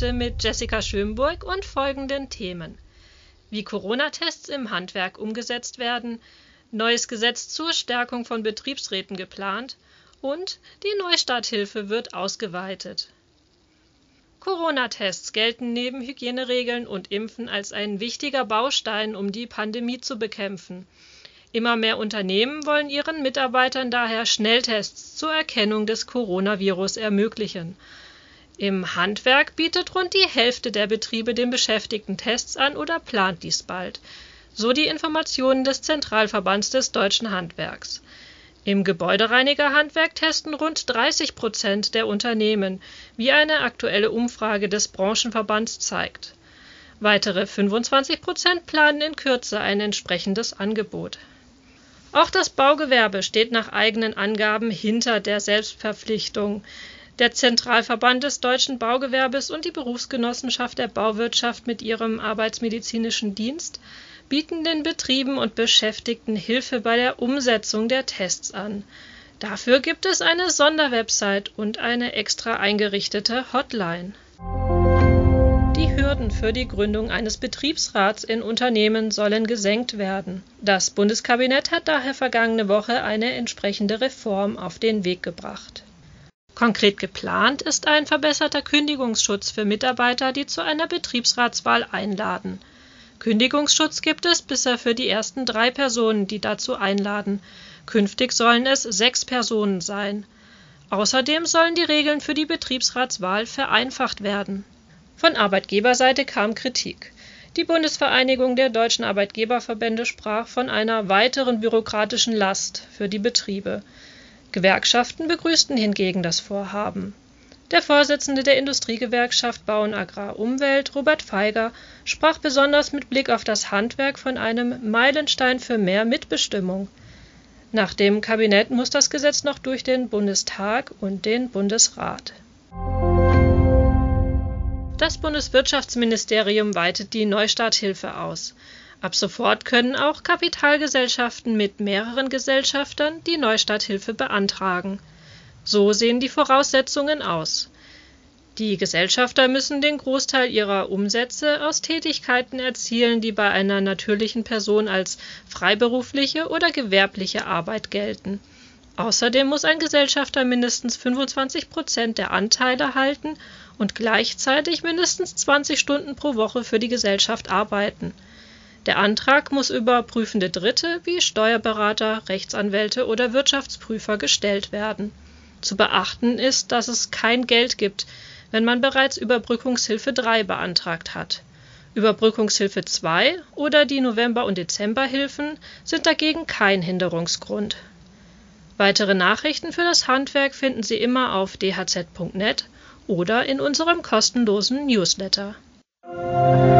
heute mit Jessica Schönburg und folgenden Themen: Wie Corona-Tests im Handwerk umgesetzt werden, neues Gesetz zur Stärkung von Betriebsräten geplant und die Neustarthilfe wird ausgeweitet. Corona-Tests gelten neben Hygieneregeln und Impfen als ein wichtiger Baustein, um die Pandemie zu bekämpfen. Immer mehr Unternehmen wollen ihren Mitarbeitern daher Schnelltests zur Erkennung des Coronavirus ermöglichen. Im Handwerk bietet rund die Hälfte der Betriebe den Beschäftigten Tests an oder plant dies bald, so die Informationen des Zentralverbands des Deutschen Handwerks. Im Gebäudereinigerhandwerk testen rund 30% der Unternehmen, wie eine aktuelle Umfrage des Branchenverbands zeigt. Weitere 25% planen in Kürze ein entsprechendes Angebot. Auch das Baugewerbe steht nach eigenen Angaben hinter der Selbstverpflichtung. Der Zentralverband des deutschen Baugewerbes und die Berufsgenossenschaft der Bauwirtschaft mit ihrem arbeitsmedizinischen Dienst bieten den Betrieben und Beschäftigten Hilfe bei der Umsetzung der Tests an. Dafür gibt es eine Sonderwebsite und eine extra eingerichtete Hotline. Die Hürden für die Gründung eines Betriebsrats in Unternehmen sollen gesenkt werden. Das Bundeskabinett hat daher vergangene Woche eine entsprechende Reform auf den Weg gebracht. Konkret geplant ist ein verbesserter Kündigungsschutz für Mitarbeiter, die zu einer Betriebsratswahl einladen. Kündigungsschutz gibt es bisher für die ersten 3 Personen, die dazu einladen. Künftig sollen es 6 Personen sein. Außerdem sollen die Regeln für die Betriebsratswahl vereinfacht werden. Von Arbeitgeberseite kam Kritik. Die Bundesvereinigung der deutschen Arbeitgeberverbände sprach von einer weiteren bürokratischen Last für die Betriebe. Gewerkschaften begrüßten hingegen das Vorhaben. Der Vorsitzende der Industriegewerkschaft Bau und Agrar Umwelt, Robert Feiger, sprach besonders mit Blick auf das Handwerk von einem Meilenstein für mehr Mitbestimmung. Nach dem Kabinett muss das Gesetz noch durch den Bundestag und den Bundesrat. Das Bundeswirtschaftsministerium weitet die Neustarthilfe aus. Ab sofort können auch Kapitalgesellschaften mit mehreren Gesellschaftern die Neustarthilfe beantragen. So sehen die Voraussetzungen aus. Die Gesellschafter müssen den Großteil ihrer Umsätze aus Tätigkeiten erzielen, die bei einer natürlichen Person als freiberufliche oder gewerbliche Arbeit gelten. Außerdem muss ein Gesellschafter mindestens 25% der Anteile halten und gleichzeitig mindestens 20 Stunden pro Woche für die Gesellschaft arbeiten. Der Antrag muss über prüfende Dritte wie Steuerberater, Rechtsanwälte oder Wirtschaftsprüfer gestellt werden. Zu beachten ist, dass es kein Geld gibt, wenn man bereits Überbrückungshilfe 3 beantragt hat. Überbrückungshilfe 2 oder die November- und Dezemberhilfen sind dagegen kein Hinderungsgrund. Weitere Nachrichten für das Handwerk finden Sie immer auf dhz.net oder in unserem kostenlosen Newsletter.